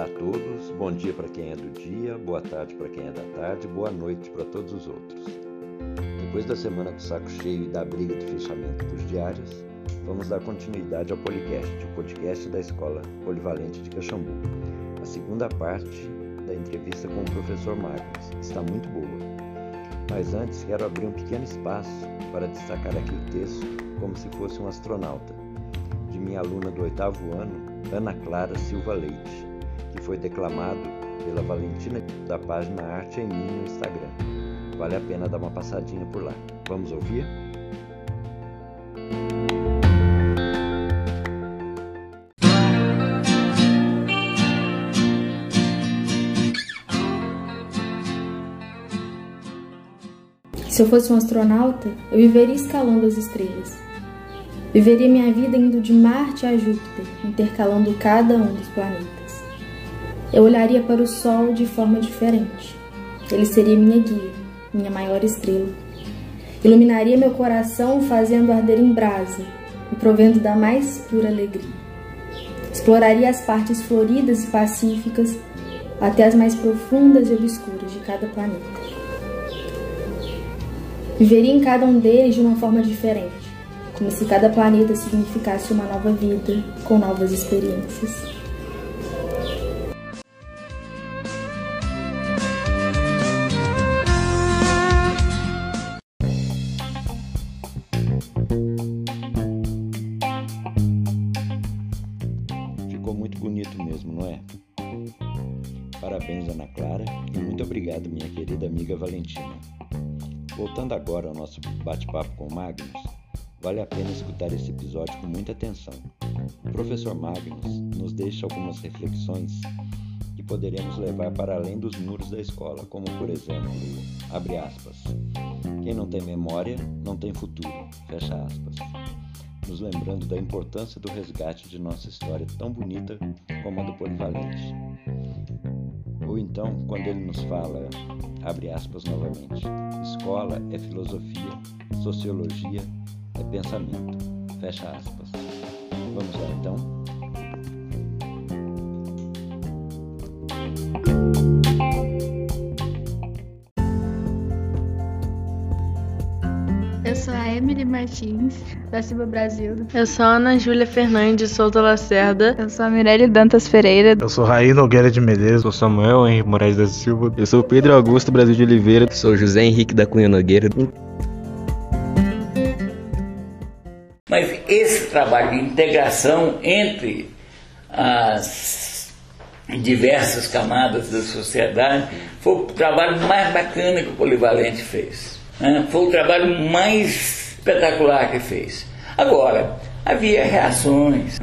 a todos, bom dia para quem é do dia, boa tarde para quem é da tarde, boa noite para todos os outros. Depois da semana do saco cheio e da briga de fechamento dos diários, vamos dar continuidade ao Policast, o podcast da Escola Polivalente de Caxambu. A segunda parte da entrevista com o professor Magnus está muito boa. Mas antes quero abrir um pequeno espaço para destacar aqui o texto como se fosse um astronauta, de minha aluna do 8º ano, Ana Clara Silva Leite, que foi declamado pela Valentina da página Arte em Mim no Instagram. Vale a pena dar uma passadinha por lá. Vamos ouvir? Se eu fosse um astronauta, eu viveria escalando as estrelas. Viveria minha vida indo de Marte a Júpiter, intercalando cada um dos planetas. Eu olharia para o Sol de forma diferente. Ele seria minha guia, minha maior estrela. Iluminaria meu coração, fazendo arder em brasa, me provendo da mais pura alegria. Exploraria as partes floridas e pacíficas, até as mais profundas e obscuras de cada planeta. Viveria em cada um deles de uma forma diferente, como se cada planeta significasse uma nova vida, com novas experiências. Ficou muito bonito mesmo, não é? Parabéns, Ana Clara, e muito obrigado, minha querida amiga Valentina. Voltando agora ao nosso bate-papo com o Magnus, vale a pena escutar esse episódio com muita atenção. O professor Magnus nos deixa algumas reflexões que poderemos levar para além dos muros da escola, como, por exemplo, abre aspas, quem não tem memória não tem futuro, fecha aspas, nos lembrando da importância do resgate de nossa história tão bonita como a do Polivalente. Ou então, quando ele nos fala, abre aspas novamente, escola é filosofia, sociologia é pensamento, fecha aspas. Vamos lá então? Eu sou a Emily Martins, da Silva Brasil. Eu sou a Ana Júlia Fernandes Souza Lacerda. Eu sou a Mirelle Dantas Pereira. Eu sou Raí Nogueira de Medeiros. Eu sou Samuel Henrique Moraes da Silva. Eu sou Pedro Augusto Brasil de Oliveira. Eu sou José Henrique da Cunha Nogueira. Mas esse trabalho de integração entre as diversas camadas da sociedade foi o trabalho mais bacana que o Polivalente fez. Foi o trabalho mais espetacular que fez. Agora, havia reações.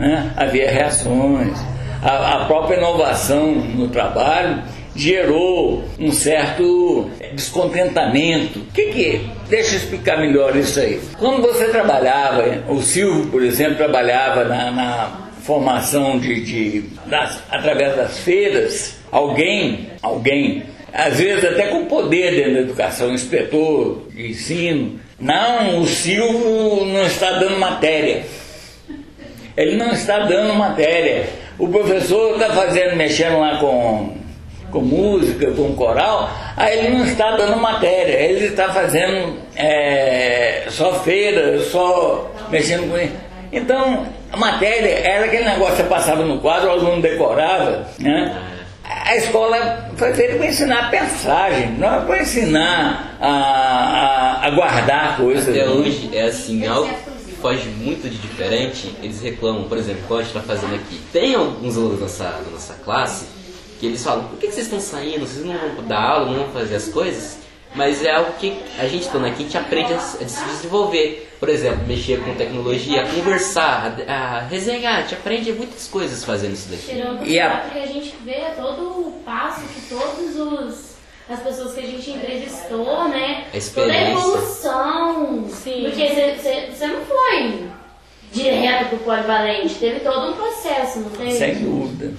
A própria inovação no trabalho gerou um certo descontentamento. O que é? Deixa eu explicar melhor isso aí. Quando você trabalhava, o Silvio, por exemplo, trabalhava na formação através das feiras, alguém, às vezes até com poder dentro da educação, inspetor de ensino, não, o Silvio não está dando matéria. Ele não está dando matéria. O professor está mexendo lá com música, com coral, aí ele não está dando matéria, ele está fazendo só feira, só mexendo com isso. Então, a matéria era aquele negócio que você passava no quadro, o aluno decorava, né? A escola foi feita para ensinar a pensagem, não é para ensinar a guardar coisas. Até hoje é assim, algo que foge muito de diferente, eles reclamam, por exemplo, o que a gente está fazendo aqui. Tem alguns alunos da nossa classe que eles falam, por que vocês estão saindo? Vocês não vão dar aula, não vão fazer as coisas? Mas é algo que a gente estando aqui, a gente aprende a se desenvolver. Por exemplo, mexer com tecnologia, a conversar, a resenhar, a gente aprende muitas coisas fazendo isso daqui. E a gente vê todo o passo que as pessoas que a gente entrevistou, né? Toda a evolução. Sim. Porque você não foi direto pro Polivalente, teve todo um processo, não teve? Sem dúvida.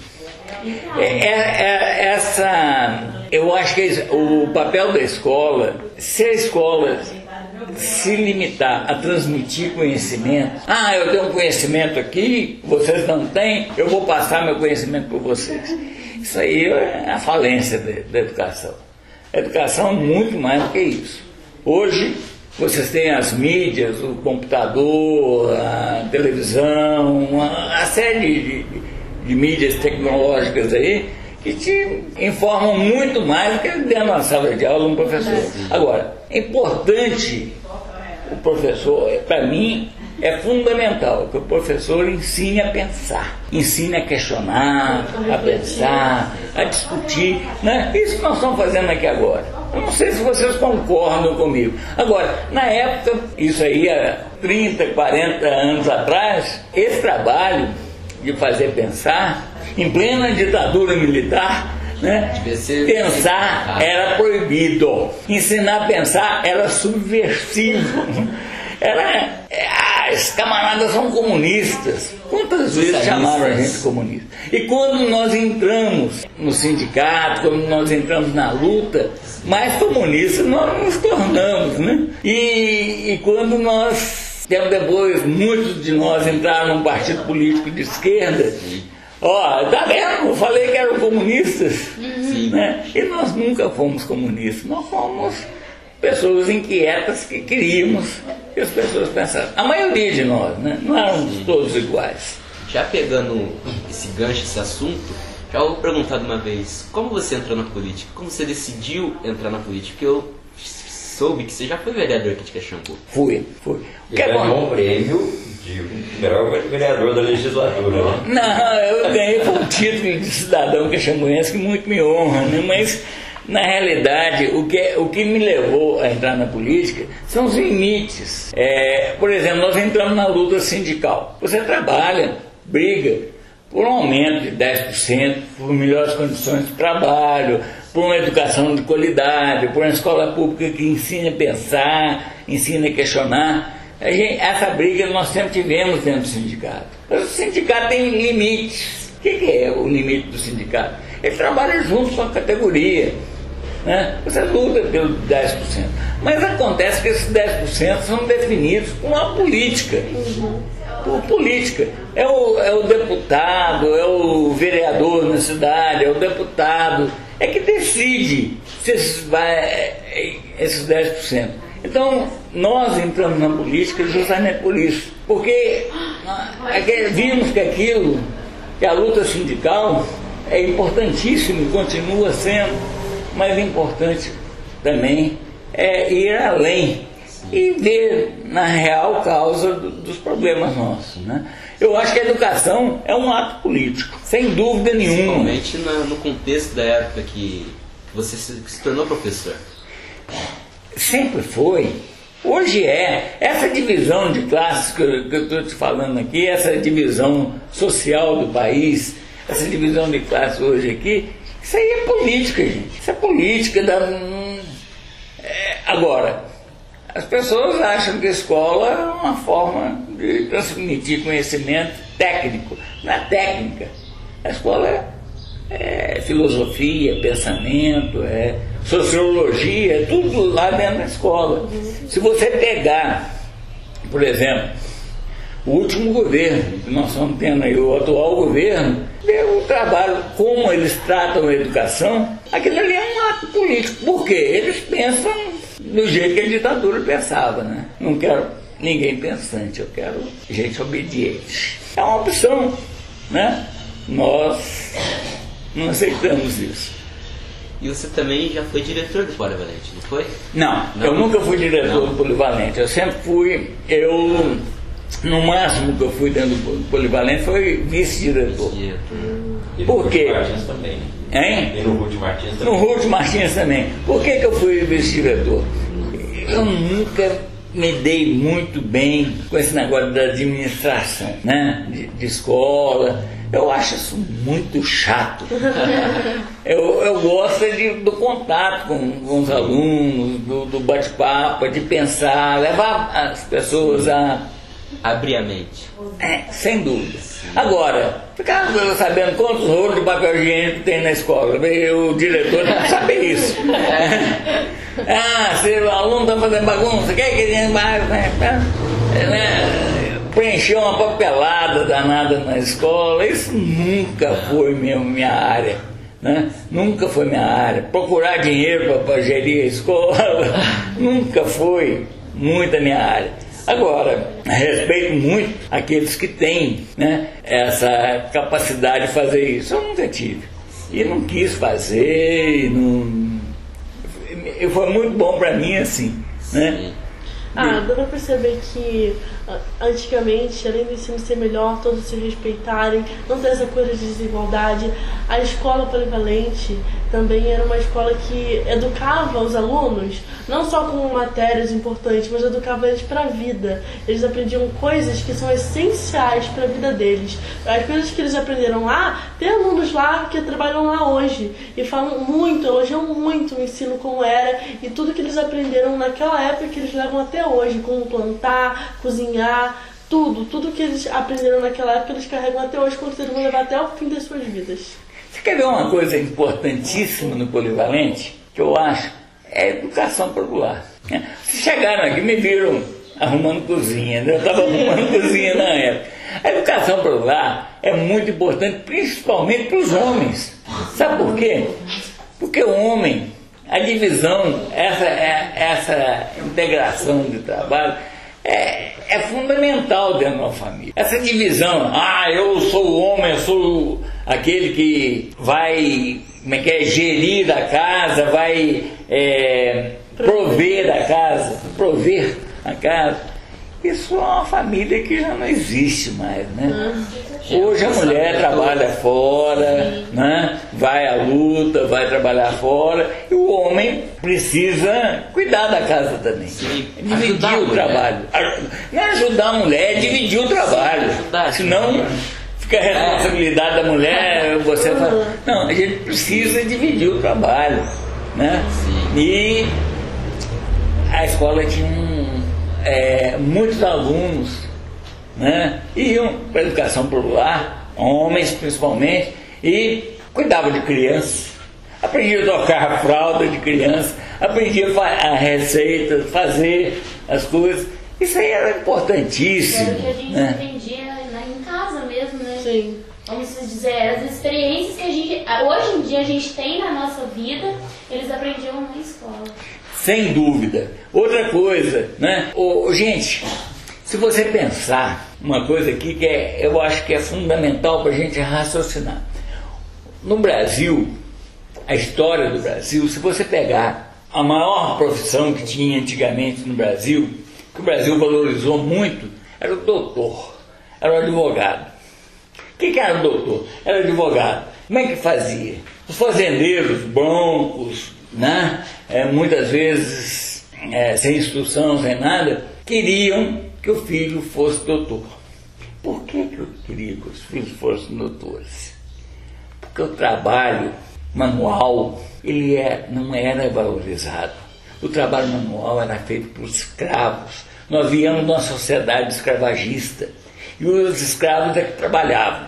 Eu acho que o papel da escola, se a escola se limitar a transmitir conhecimento, eu tenho um conhecimento aqui, vocês não têm, eu vou passar meu conhecimento para vocês. Isso aí é a falência da educação. A educação é muito mais do que isso. Hoje, vocês têm as mídias, o computador, a televisão, a série de mídias tecnológicas aí, que te informam muito mais do que dentro da sala de aula um professor. Agora, é importante o professor, para mim, é fundamental que o professor ensine a pensar, ensine a questionar, a pensar, a discutir, né? Isso que nós estamos fazendo aqui agora. Eu não sei se vocês concordam comigo. Agora, na época, isso aí há 30, 40 anos atrás, esse trabalho de fazer pensar, em plena ditadura militar, né? Pensar era proibido. Ensinar a pensar era subversivo. Os camaradas são comunistas. Quantas vezes chamaram a gente comunista? E quando nós entramos no sindicato, quando nós entramos na luta, mais comunistas nós nos tornamos, né? E quando nós, tempo depois, muitos de nós entraram num partido político de esquerda, tá vendo? Eu falei que eram comunistas, né? E nós nunca fomos comunistas, nós fomos pessoas inquietas que queríamos que as pessoas pensassem. A maioria de nós, né? Não éramos todos iguais. Já pegando esse gancho, esse assunto, já vou perguntar de uma vez, como você entrou na política? Como você decidiu entrar na política? Porque eu soube que você já foi vereador aqui de Caxambu. Fui. E ganhou um prêmio de melhor vereador da legislatura, né? Não, eu ganhei um título de cidadão caxambuense que muito me honra, né? Mas na realidade, o que me levou a entrar na política são os limites. Por exemplo, nós entramos na luta sindical. Você trabalha, briga por um aumento de 10%, por melhores condições de trabalho, por uma educação de qualidade, por uma escola pública que ensine a pensar, ensine a questionar. Essa briga nós sempre tivemos dentro do sindicato. Mas o sindicato tem limites. O que é o limite do sindicato? Ele trabalha junto com a categoria, né? Você luta pelos 10%. Mas acontece que esses 10% são definidos por uma política. Por política. É o deputado, é o vereador na cidade, é o deputado, é que decide se esses 10%. Então, nós entramos na política justamente por isso. Porque vimos que a luta sindical é importantíssima e continua sendo, mas importante também é ir além e ver na real causa dos problemas nossos, né? Eu acho que a educação é um ato político, sem dúvida nenhuma. Principalmente no contexto da época que você se tornou professor. Sempre foi. Hoje essa divisão de classes que eu estou te falando aqui, essa divisão social do país, essa divisão de classes hoje aqui, isso aí é política, gente. Isso é política. Agora, as pessoas acham que a escola é uma forma de transmitir conhecimento técnico. Na técnica, a escola é filosofia, pensamento, sociologia, tudo lá dentro da escola. Se você pegar, por exemplo, o último governo que nós estamos tendo aí, o atual governo, ver o trabalho, como eles tratam a educação, aquilo ali é um ato político. Por quê? Eles pensam do jeito que a ditadura pensava, né? Não quero ninguém pensante, eu quero gente obediente. É uma opção, né? Nós não aceitamos isso. E você também já foi diretor do Polivalente, não foi? Não, eu nunca fui diretor do Polivalente. Eu sempre fui, no máximo que eu fui dentro do Polivalente foi vice-diretor. Por quê? Martins também. Hein? E no Ruth Martins também. No Ruth Martins também. Por que eu fui vice-diretor? Eu nunca me dei muito bem com esse negócio da administração, né? De escola. Eu acho isso muito chato. Eu gosto do contato com os alunos, do bate-papo, de pensar, levar as pessoas a abrir a mente. Sem dúvida. Agora, ficar sabendo quantos rolos de papel higiênico tem na escola, o diretor não sabe isso. Se o aluno está fazendo bagunça, quem que vai, preencher uma papelada danada na escola, isso nunca foi minha área, né? Nunca foi minha área. Procurar dinheiro para gerir a escola nunca foi muito a minha área. Agora, respeito muito aqueles que têm, né, essa capacidade de fazer isso. Eu nunca tive. E não quis fazer, e foi muito bom para mim assim, né? Dá pra perceber que antigamente, além do ensino ser melhor, todos se respeitarem, não ter essa coisa de desigualdade, a escola polivalente também era uma escola que educava os alunos, não só com matérias importantes, mas educava eles para a vida. Eles aprendiam coisas que são essenciais para a vida deles. As coisas que eles aprenderam lá, tem alunos lá que trabalham lá hoje e falam muito, elogiam muito o ensino como era e tudo que eles aprenderam naquela época que eles levam até hoje, como plantar, cozinhar, tudo que eles aprenderam naquela época eles carregam até hoje, quando eles vão levar até o fim das suas vidas. Você quer ver uma coisa importantíssima no polivalente, que eu acho, é a educação popular. Vocês chegaram aqui e me viram arrumando cozinha, né? Eu estava arrumando cozinha na época. A educação popular é muito importante, principalmente para os homens. Sabe por quê? Porque o homem, a divisão, essa integração de trabalho é fundamental dentro de uma família. Essa divisão, eu sou o homem, eu sou aquele que vai gerir a casa, vai prover a casa. Isso é uma família que já não existe mais, né? Hoje a mulher trabalha fora, né? Vai à luta, vai trabalhar fora, e o homem precisa cuidar da casa também. Sim. Dividir o trabalho. Não é ajudar a mulher, é dividir o trabalho. Senão fica a responsabilidade da mulher, você fala. Não, a gente precisa dividir o trabalho, né? E a escola tinha muitos alunos, né, iam para a educação popular, homens principalmente, e cuidavam de crianças, aprendia a tocar a fralda de criança, aprendia a receita, fazer as coisas. Isso aí era importantíssimo. Era o que a gente aprendia em casa mesmo, né? Sim. Vamos dizer, as experiências que hoje em dia a gente tem na nossa vida, eles aprendiam na escola. Sem dúvida. Outra coisa, né? Gente, se você pensar uma coisa aqui que eu acho que é fundamental para a gente raciocinar. No Brasil, a história do Brasil, se você pegar a maior profissão que tinha antigamente no Brasil, que o Brasil valorizou muito, era o doutor, era o advogado. O que era o doutor? Era o advogado. Como é que fazia? Os fazendeiros, broncos, né? Muitas vezes sem instrução, sem nada, queriam que o filho fosse doutor. Por que eu queria que os filhos fossem doutores? Porque o trabalho manual não era valorizado. O trabalho manual era feito por escravos. Nós vivíamos numa sociedade escravagista e os escravos é que trabalhavam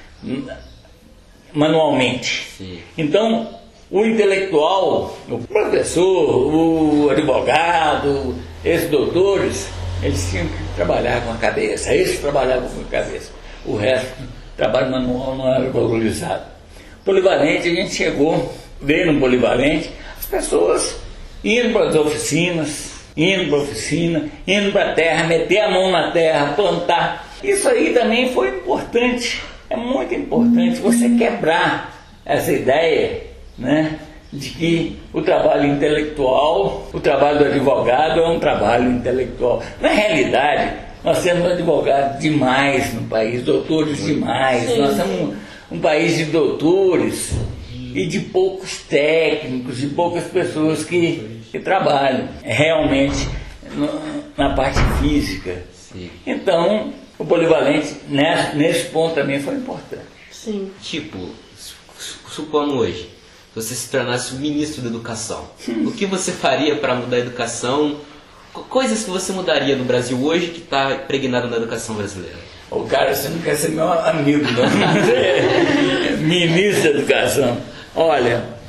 manualmente. Sim. Então, o intelectual, o professor, o advogado, esses doutores, eles tinham que trabalhar com a cabeça. Esses trabalhavam com a cabeça. O resto, trabalho manual não era valorizado. Polivalente, a gente veio no polivalente, as pessoas indo para as oficinas, indo para a terra, meter a mão na terra, plantar. Isso aí também foi importante. É muito importante você quebrar essa ideia, né, de que o trabalho intelectual, o trabalho do advogado é um trabalho intelectual. Na realidade, nós temos advogados demais no país, doutores demais. Sim. Nós somos um país de doutores e de poucos técnicos, de poucas pessoas que trabalham realmente na parte física. Sim. Então, o polivalente nesse ponto também foi importante. Sim. Tipo, supondo hoje, você se tornasse o ministro da educação, o que você faria para mudar a educação? Coisas que você mudaria no Brasil hoje que está impregnado na educação brasileira? O cara, você não quer ser meu amigo, não. Ministro da educação. Olha,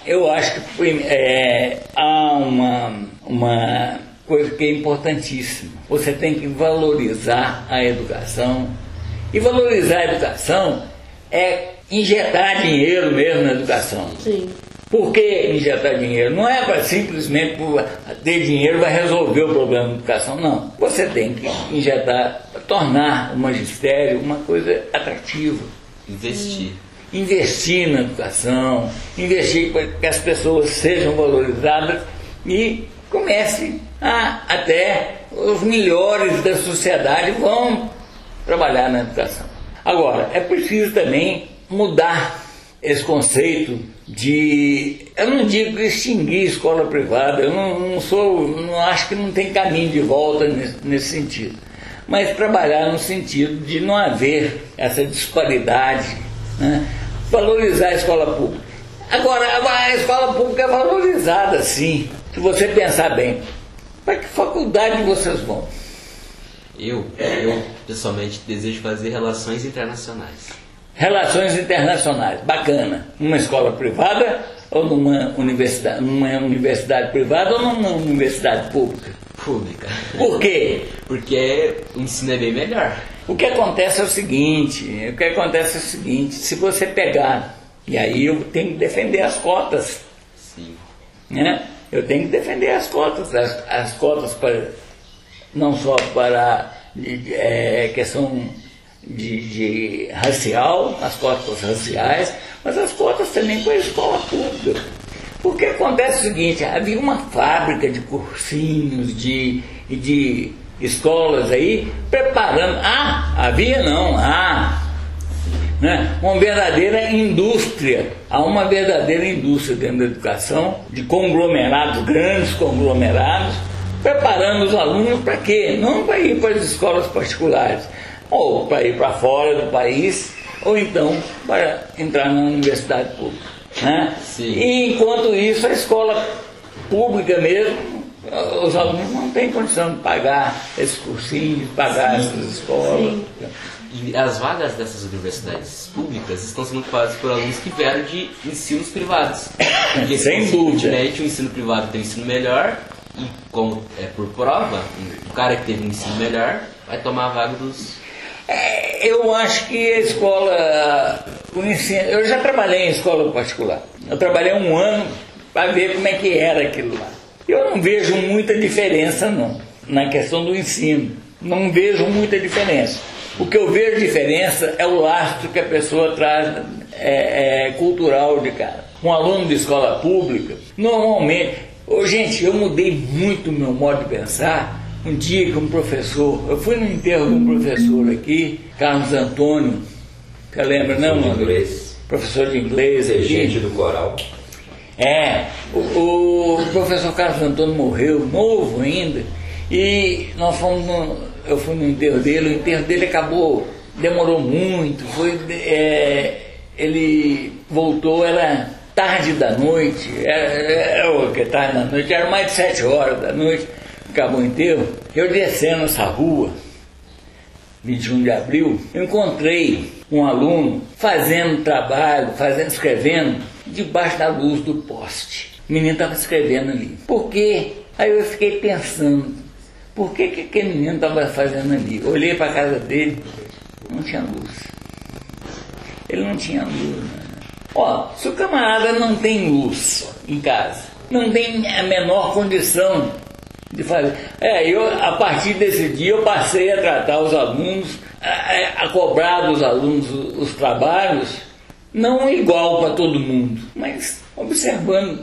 eu acho que há uma coisa que é importantíssima. Você tem que valorizar a educação. E valorizar a educação é injetar dinheiro mesmo na educação. Sim. Por que injetar dinheiro? Não é para simplesmente ter dinheiro vai resolver o problema da educação, não. Você tem que injetar, tornar o magistério uma coisa atrativa. Investir na educação, investir para que as pessoas sejam valorizadas e comece até os melhores da sociedade vão trabalhar na educação. Agora, é preciso também mudar esse conceito eu não digo extinguir escola privada, eu não acho que não tem caminho de volta nesse sentido, mas trabalhar no sentido de não haver essa disparidade, né? Valorizar a escola pública. Agora, a escola pública é valorizada, sim, se você pensar bem. Para que faculdade vocês vão? Eu pessoalmente desejo fazer relações internacionais. Relações internacionais, bacana. Numa escola privada ou numa universidade privada ou numa universidade pública? Pública. Por quê? Porque o ensino é bem melhor. O que acontece é o seguinte, se você pegar, e aí eu tenho que defender as cotas. Sim. Né? Eu tenho que defender as cotas, as cotas para, não só para questão de racial, as cotas raciais, mas as cotas também para a escola pública. Porque acontece o seguinte, havia uma fábrica de cursinhos, de escolas aí, preparando, né? Uma verdadeira indústria, há uma verdadeira indústria dentro da educação, de conglomerados, grandes conglomerados, preparando os alunos para quê? Não para ir para as escolas particulares, ou para ir para fora do país, ou então para entrar na universidade pública, né? E enquanto isso a escola pública mesmo, os alunos não têm condição de pagar esses cursinhos, pagar essas escolas. E as vagas dessas universidades públicas estão sendo ocupadas por alunos que vieram de ensinos privados. Porque, sem dúvida, o ensino privado tem um ensino melhor e, como é por prova, o cara que teve um ensino melhor vai tomar a vaga dos... Eu acho que a escola, o ensino, eu já trabalhei em escola particular. Eu trabalhei 1 ano para ver como é que era aquilo lá. Eu não vejo muita diferença não, na questão do ensino. Não vejo muita diferença. O que eu vejo diferença é o lastro que a pessoa traz cultural de cara. Um aluno de escola pública, normalmente... gente, eu mudei muito o meu modo de pensar. Um dia que um professor... Eu fui no enterro de um professor aqui, Carlos Antônio. Você lembra, não? Professor de inglês. Regente do coral. O professor Carlos Antônio morreu, novo ainda. E nós eu fui no enterro dele. O enterro dele demorou muito. Ele voltou, era tarde da noite, era mais de 7 horas da noite, acabou o enterro. Eu descendo essa rua, 21 de abril, eu encontrei um aluno fazendo trabalho, escrevendo, debaixo da luz do poste. O menino estava escrevendo ali. Por quê? Aí eu fiquei pensando, por que aquele menino estava fazendo ali? Olhei para a casa dele, não tinha luz. Ele não tinha luz, né? Se o camarada não tem luz em casa, não tem a menor condição de fazer. A partir desse dia eu passei a tratar os alunos, a cobrar dos alunos os trabalhos, não igual para todo mundo, mas observando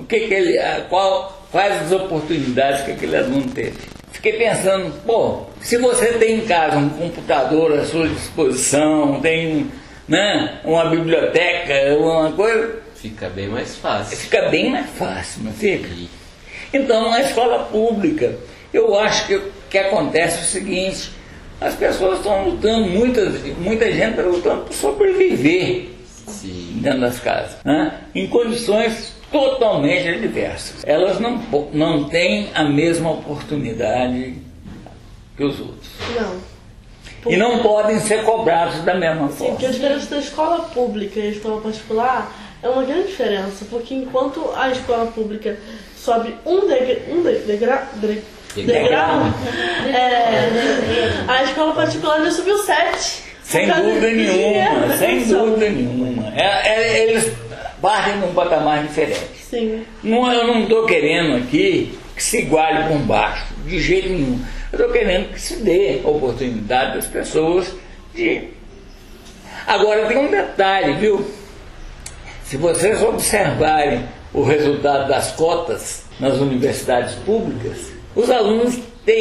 quais as oportunidades que aquele aluno teve. Fiquei pensando, se você tem em casa um computador à sua disposição, tem uma biblioteca, uma coisa... Fica bem mais fácil. Fica bem mais fácil, não fica? Então, na escola pública, eu acho que o que acontece é o seguinte, as pessoas estão lutando, muita gente está lutando por sobreviver dentro das casas, em condições totalmente adversas. Elas não têm a mesma oportunidade que os outros. Não. E não podem ser cobrados da mesma forma. Porque a diferença da escola pública e a escola particular é uma grande diferença, porque enquanto a escola pública sobe um degrau, a escola particular já subiu 7. Sem dúvida nenhuma, sem dúvida nenhuma. Eles partem de um patamar diferente. Sim. Eu não estou querendo aqui que se iguale por baixo, de jeito nenhum. Eu estou querendo que se dê oportunidade das pessoas de... Agora tem um detalhe, viu? Se vocês observarem o resultado das cotas nas universidades públicas, os alunos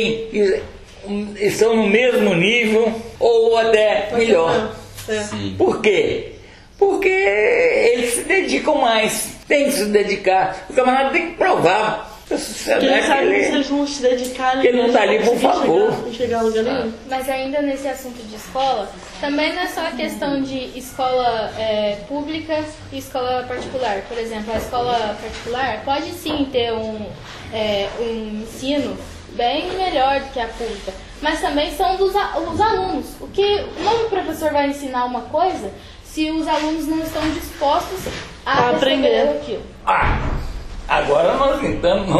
estão no mesmo nível ou até melhor. Por quê? Porque eles se dedicam mais, tem que se dedicar. O camarada tem que provar para a sociedade que eles não se dedicarem, que ele não está ali por favor. Chegar a lugar nenhum. Mas ainda nesse assunto de escola, também não é só a questão de escola pública e escola particular. Por exemplo, a escola particular pode sim ter um ensino bem melhor do que a pública, mas também são os alunos. Como o professor vai ensinar uma coisa se os alunos não estão dispostos a aprender aquilo? Agora nós entramos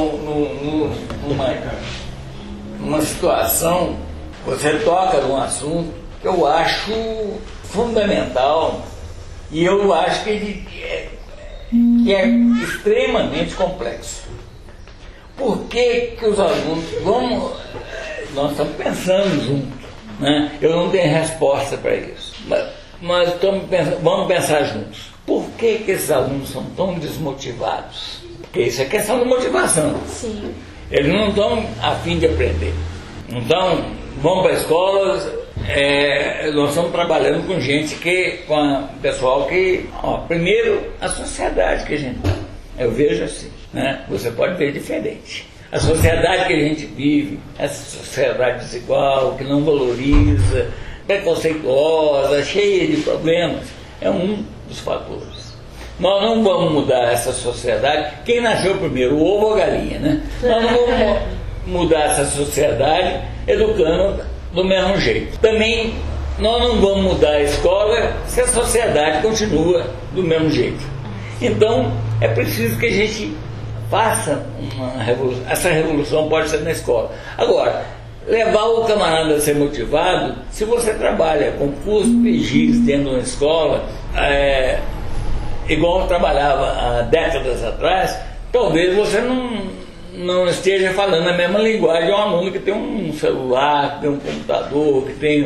numa situação, você toca num assunto que eu acho fundamental e eu acho que é extremamente complexo. Por que os alunos nós estamos pensando juntos, né? Eu não tenho resposta para isso, mas vamos pensar juntos. Por que esses alunos são tão desmotivados? Porque isso é questão de motivação. Sim. Eles não estão a fim de aprender. Então, vão para a escola, nós estamos trabalhando com gente com pessoal que... primeiro, a sociedade que a gente... Eu vejo assim, né? Você pode ver diferente. A sociedade que a gente vive, essa sociedade desigual, que não valoriza, preconceituosa, cheia de problemas, é um dos fatores. Nós não vamos mudar essa sociedade. Quem nasceu primeiro, o ovo ou a galinha, né? Nós não vamos mudar essa sociedade educando do mesmo jeito. Também nós não vamos mudar a escola se a sociedade continua do mesmo jeito. Então é preciso que a gente faça uma revolução. Essa revolução pode ser na escola. Agora, levar o camarada a ser motivado, se você trabalha com curso e giz dentro de uma escola, igual eu trabalhava há décadas atrás, talvez você não esteja falando a mesma linguagem de um aluno que tem um celular, que tem um computador,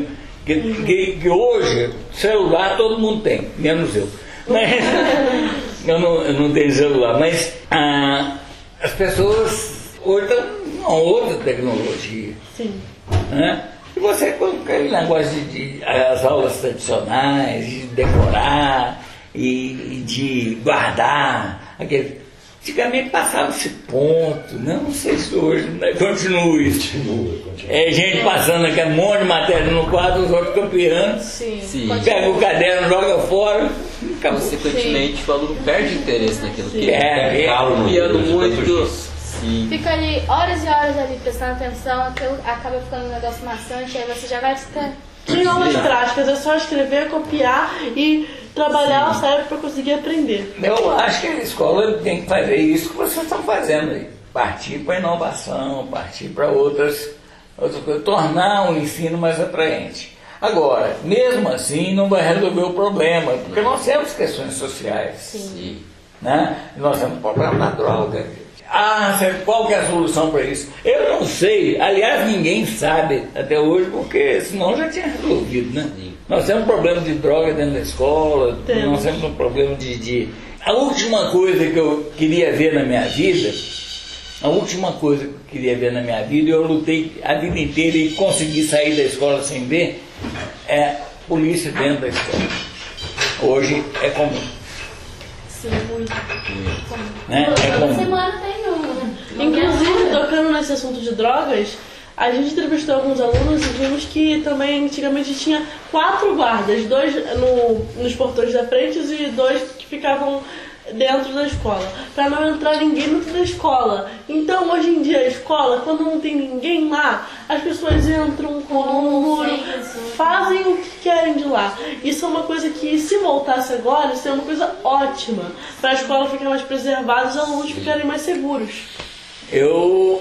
que hoje celular todo mundo tem, menos eu. Mas, eu não tenho celular, mas as pessoas hoje estão com outra tecnologia. Sim. Né? E você com aquele negócio de as aulas tradicionais, de decorar e de guardar, antigamente passava esse ponto, né? Não sei se hoje continua isso. É gente passando aquele monte de matéria no quadro, os outros copiando. Sim. Pega o caderno, joga fora. Consequentemente, o aluno perde interesse naquilo que ele copiando muito. Sim. Fica ali horas e horas ali prestando atenção, aquilo acaba ficando um negócio maçante, aí você já vai ficar... Tem aulas práticas, é só escrever, copiar e trabalhar o cérebro para conseguir aprender. Eu acho que a escola tem que fazer isso que vocês estão fazendo aí. Partir para a inovação, partir para outras coisas, tornar o ensino mais atraente. Agora, mesmo assim, não vai resolver o problema, porque nós temos questões sociais. Sim. Né? Nós temos problema da droga. Qual que é a solução para isso? Eu não sei, aliás ninguém sabe até hoje, porque senão já tinha resolvido, né? Nós temos um problema de droga dentro da escola, nós temos um problema A última coisa que eu queria ver na minha vida, eu lutei a vida inteira e consegui sair da escola sem ver, é polícia dentro da escola. Hoje é comum. Sim, muito. Né? Toda semana tem uma, né? Inclusive, tocando nesse assunto de drogas, a gente entrevistou alguns alunos e vimos que também antigamente tinha 4 guardas, 2 nos portões da frente e 2 que ficavam dentro da escola, para não entrar ninguém dentro da escola. Então, hoje em dia, a escola, quando não tem ninguém lá, as pessoas entram com um muro, fazem o que querem de lá. Isso é uma coisa que, se voltasse agora, seria uma coisa ótima, para a escola ficar mais preservada e os alunos ficarem mais seguros. Eu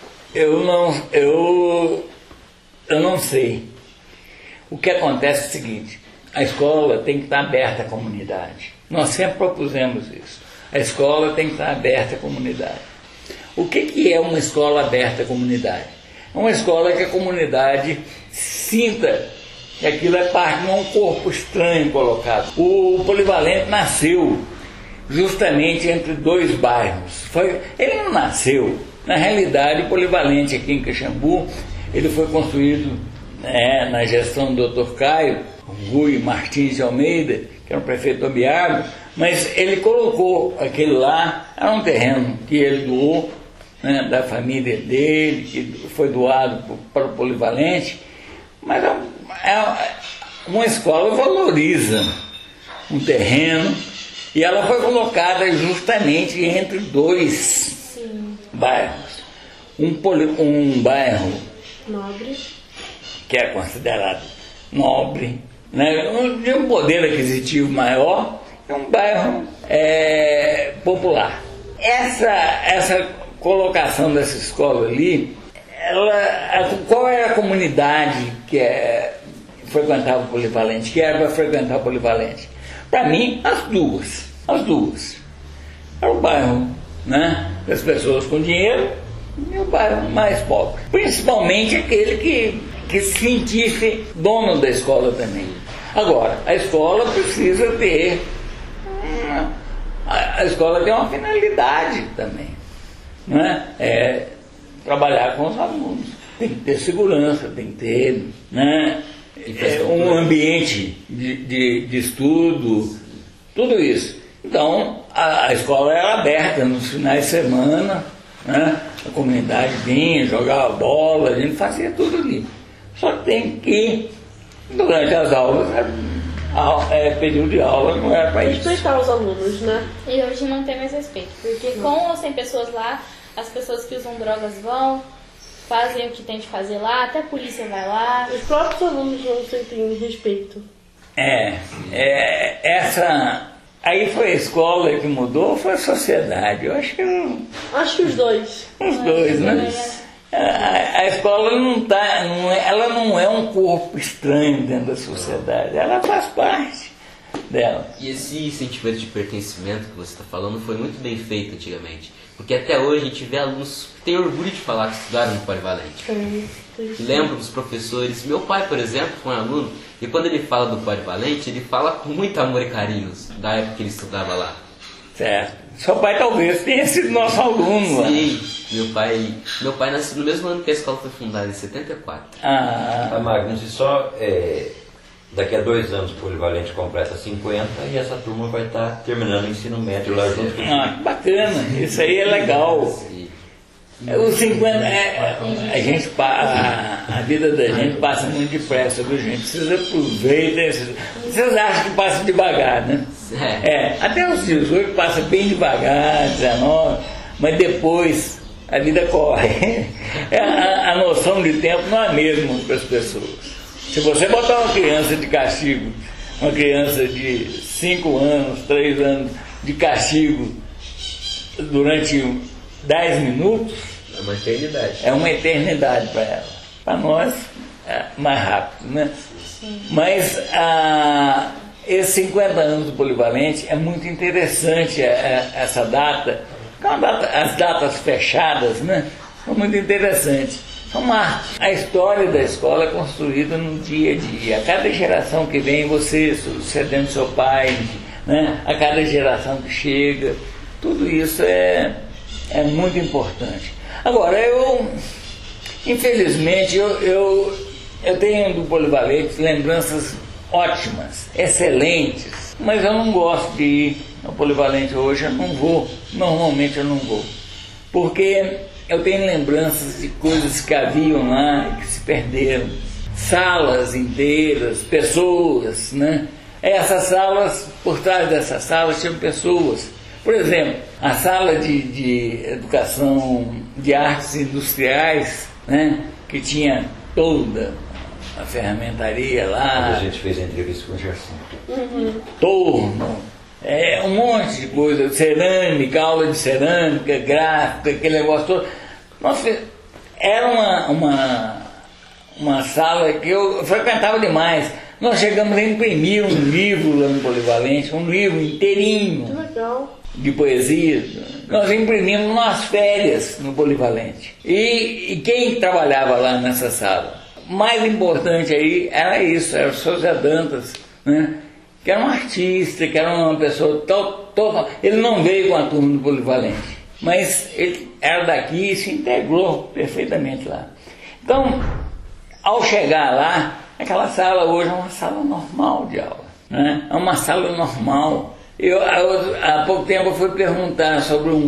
não sei. O que acontece é o seguinte: a escola tem que estar aberta à comunidade. Nós sempre propusemos isso. A escola tem que estar aberta à comunidade. O que é uma escola aberta à comunidade? É uma escola que a comunidade sinta que aquilo é parte, não é um corpo estranho colocado. O Polivalente nasceu justamente entre dois bairros. Ele não nasceu. Na realidade, o Polivalente aqui em Caxambu, ele foi construído na gestão do Dr. Caio Rui Martins de Almeida, que era o prefeito do Biago, mas ele colocou aquele lá, era um terreno que ele doou, da família dele, que foi doado para o Polivalente, mas uma escola valoriza um terreno e ela foi colocada justamente entre dois bairros. Um bairro nobre, que é considerado nobre, de um poder aquisitivo maior, e um bairro popular. Essa colocação dessa escola ali, qual é a comunidade que frequentava o Polivalente, que era para frequentar o Polivalente? Para mim, as duas. Era o bairro das pessoas com dinheiro e o bairro mais pobre. Principalmente aquele que se sentisse dono da escola também. Agora, a escola precisa ter... A escola tem uma finalidade também. Trabalhar com os alunos. Tem que ter segurança, tem que ter um ambiente de estudo, tudo isso. Então, a escola era aberta nos finais de semana, a comunidade vinha, jogava bola, a gente fazia tudo ali. Só que tem que, durante as aulas, período de aula não era para isso. Respeitar os alunos, E hoje não tem mais respeito, porque com ou sem pessoas lá, as pessoas que usam drogas vão, fazem o que tem de fazer lá, até a polícia vai lá. Os próprios alunos não sentem respeito. Aí foi a escola que mudou ou foi a sociedade? Eu acho que não. Acho que os dois. Os dois, né? A escola ela não é um corpo estranho dentro da sociedade, ela faz parte dela. E esse sentimento de pertencimento que você está falando foi muito bem feito antigamente, porque até hoje a gente vê alunos que têm orgulho de falar que estudaram no Polivalente. E lembro dos professores. Meu pai, por exemplo, foi um aluno, e quando ele fala do Polivalente, ele fala com muito amor e carinho da época que ele estudava lá. Certo. Seu pai talvez tenha sido nosso aluno lá. Sim, meu pai nasceu no mesmo ano que a escola foi fundada, em 74. Magnus, e só daqui a 2 anos o Polivalente completa 50 e essa turma vai estar terminando o ensino médio lá junto com bacana, isso aí é legal. Os 50, a vida da gente passa muito depressa, viu, gente? Vocês aproveitem, vocês acham que passa devagar, né? Até os 18 passa bem devagar, 19, mas depois a vida corre. A noção de tempo não é a mesma para as pessoas. Se você botar uma criança de castigo, uma criança de 5 anos, 3 anos de castigo durante 10 minutos, é uma eternidade. É uma eternidade para ela. Para nós, mais rápido, né? Sim. Mas esses 50 anos do Polivalente é muito interessante essa data. As datas fechadas, né? São muito interessantes. A história da escola é construída no dia a dia. A cada geração que vem, você sucedendo seu pai, né? A cada geração que chega, tudo isso é muito importante. Agora, infelizmente, eu tenho do Polivalente lembranças ótimas, excelentes, mas eu não gosto de ir ao Polivalente hoje, normalmente eu não vou, porque eu tenho lembranças de coisas que haviam lá e que se perderam, salas inteiras, pessoas, né? Essas salas, por trás dessas salas tinham pessoas Por exemplo, a sala de educação de artes industriais, né, que tinha toda a ferramentaria lá. A gente fez a entrevista com o Gerson. Torno, um monte de coisa, cerâmica, aula de cerâmica, gráfica, aquele negócio todo. Nossa, era uma sala que eu frequentava demais. Nós chegamos a imprimir um livro lá no Polivalente, um livro inteirinho. Que legal. De poesia. Nós imprimimos nas férias no Polivalente. E quem trabalhava lá nessa sala? Mais importante aí era isso, era o Souza Dantas, né? Que era um artista, que era uma pessoa ele não veio com a turma do Polivalente, mas ele era daqui e se integrou perfeitamente lá. Então, ao chegar lá, aquela sala hoje é uma sala normal de aula, né? É uma sala normal. Há pouco tempo eu fui perguntar sobre um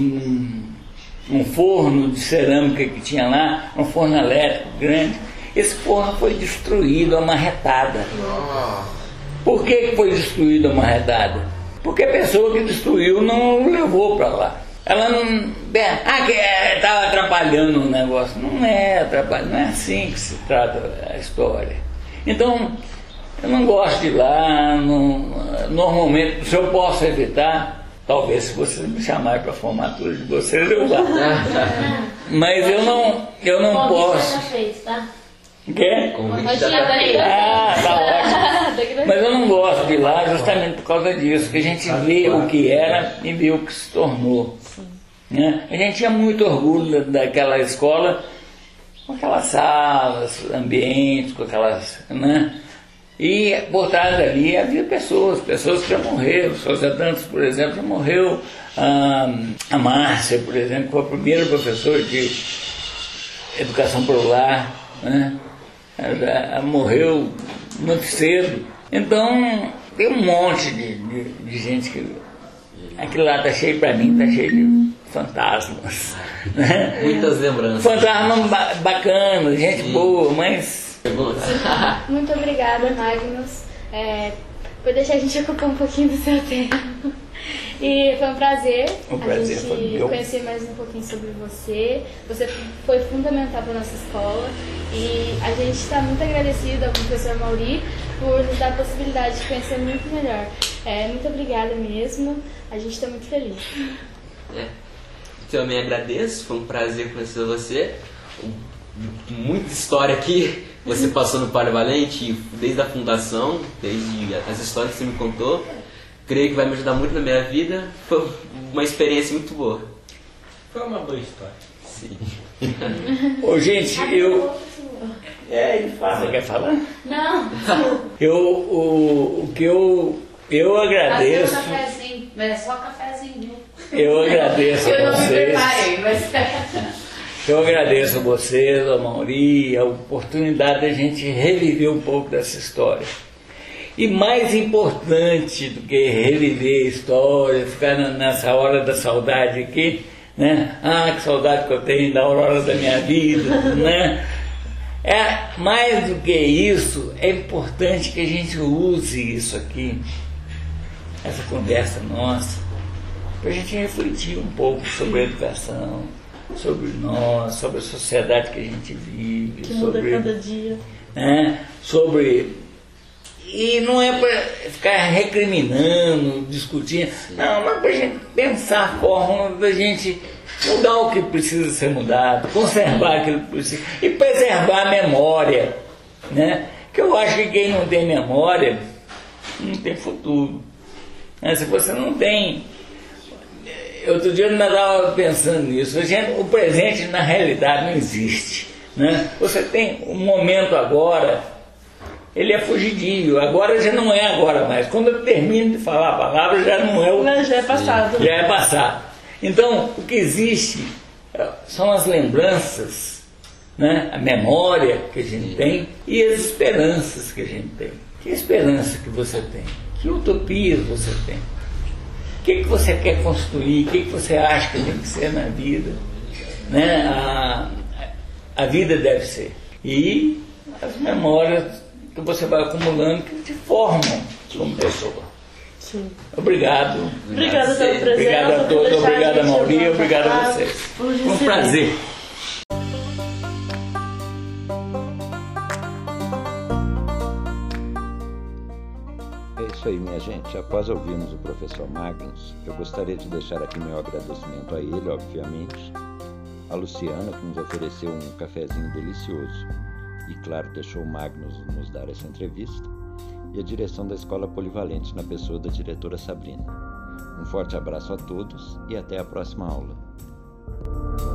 forno de cerâmica que tinha lá, um forno elétrico grande. Esse forno foi destruído a marretada. Por que foi destruído a marretada? Porque a pessoa que destruiu não o levou para lá. Ela não... estava atrapalhando o negócio. Não é atrapalhando, não é assim que se trata a história. Então, eu não gosto de ir lá. Normalmente, se eu posso evitar, talvez se vocês me chamarem para a formatura de vocês, eu vá. Mas eu não posso. Quê? Tá ótimo. Mas eu não gosto de ir lá justamente por causa disso, que a gente vê o que era e vê o que se tornou. Né? A gente tinha muito orgulho daquela escola, com aquelas salas, ambientes, com aquelas... Né? E por trás dali havia pessoas que já morreram. O Souza Dantas, por exemplo, já morreu. A Márcia, por exemplo, foi a primeira professora de educação por lar, né? Ela morreu muito cedo. Então tem um monte de gente que... Aquilo lá está cheio, para mim, está cheio de fantasmas, né? Muitas lembranças. Fantasmas bacanas, gente boa, mas... Muito obrigada, Magnus, por deixar a gente ocupar um pouquinho do seu tempo. E foi um prazer, a gente conhecer mais um pouquinho sobre você. Você foi fundamental para a nossa escola e a gente está muito agradecido ao professor Mauri por nos dar a possibilidade de conhecer muito melhor. Muito obrigada mesmo, a gente está muito feliz. Eu também agradeço, foi um prazer conhecer você. Muita história aqui você passou no Polivalente, desde a fundação, desde as histórias que você me contou. Creio que vai me ajudar muito na minha vida. Foi uma experiência muito boa. Foi uma boa história. Sim. Ô, gente, ele fala. Você quer falar? Não. O que eu agradeço. É só cafezinho. Eu agradeço a vocês. Eu não me preparei, mas... Eu agradeço a vocês, a Mauri, a oportunidade da gente reviver um pouco dessa história. E mais importante do que reviver a história, ficar nessa hora da saudade aqui, né? Que saudade que eu tenho da aurora da minha vida, né? Mais do que isso, é importante que a gente use isso aqui, essa conversa nossa, para a gente refletir um pouco sobre a educação, sobre nós, sobre a sociedade que a gente vive, que muda cada dia, e não é para ficar recriminando, discutindo, não, mas para a gente pensar a forma da gente mudar o que precisa ser mudado, conservar aquilo que precisa e preservar a memória, né? Que eu acho que quem não tem memória não tem futuro, né? Se você não tem... Outro dia eu estava pensando nisso. O presente, na realidade, não existe, né? Você tem um momento agora, ele é fugidio. Agora já não é agora mais. Quando eu termino de falar a palavra, já não é o... Já é passado. Já é passado. Então, o que existe são as lembranças, né? A memória que a gente tem e as esperanças que a gente tem. Que esperança que você tem? Que utopias você tem? O que você quer construir? O que você acha que tem que ser na vida? Né? A vida deve ser. E as memórias que você vai acumulando que te formam como pessoa. Sim. Obrigado. Obrigada pela presença. Obrigado a todos, obrigado a Mauri, obrigado a vocês. Foi um prazer. É isso aí, minha gente. Após ouvirmos o professor Magnus, eu gostaria de deixar aqui meu agradecimento a ele, obviamente, a Luciana, que nos ofereceu um cafezinho delicioso e, claro, deixou o Magnus nos dar essa entrevista, e a direção da Escola Polivalente, na pessoa da diretora Sabrina. Um forte abraço a todos e até a próxima aula.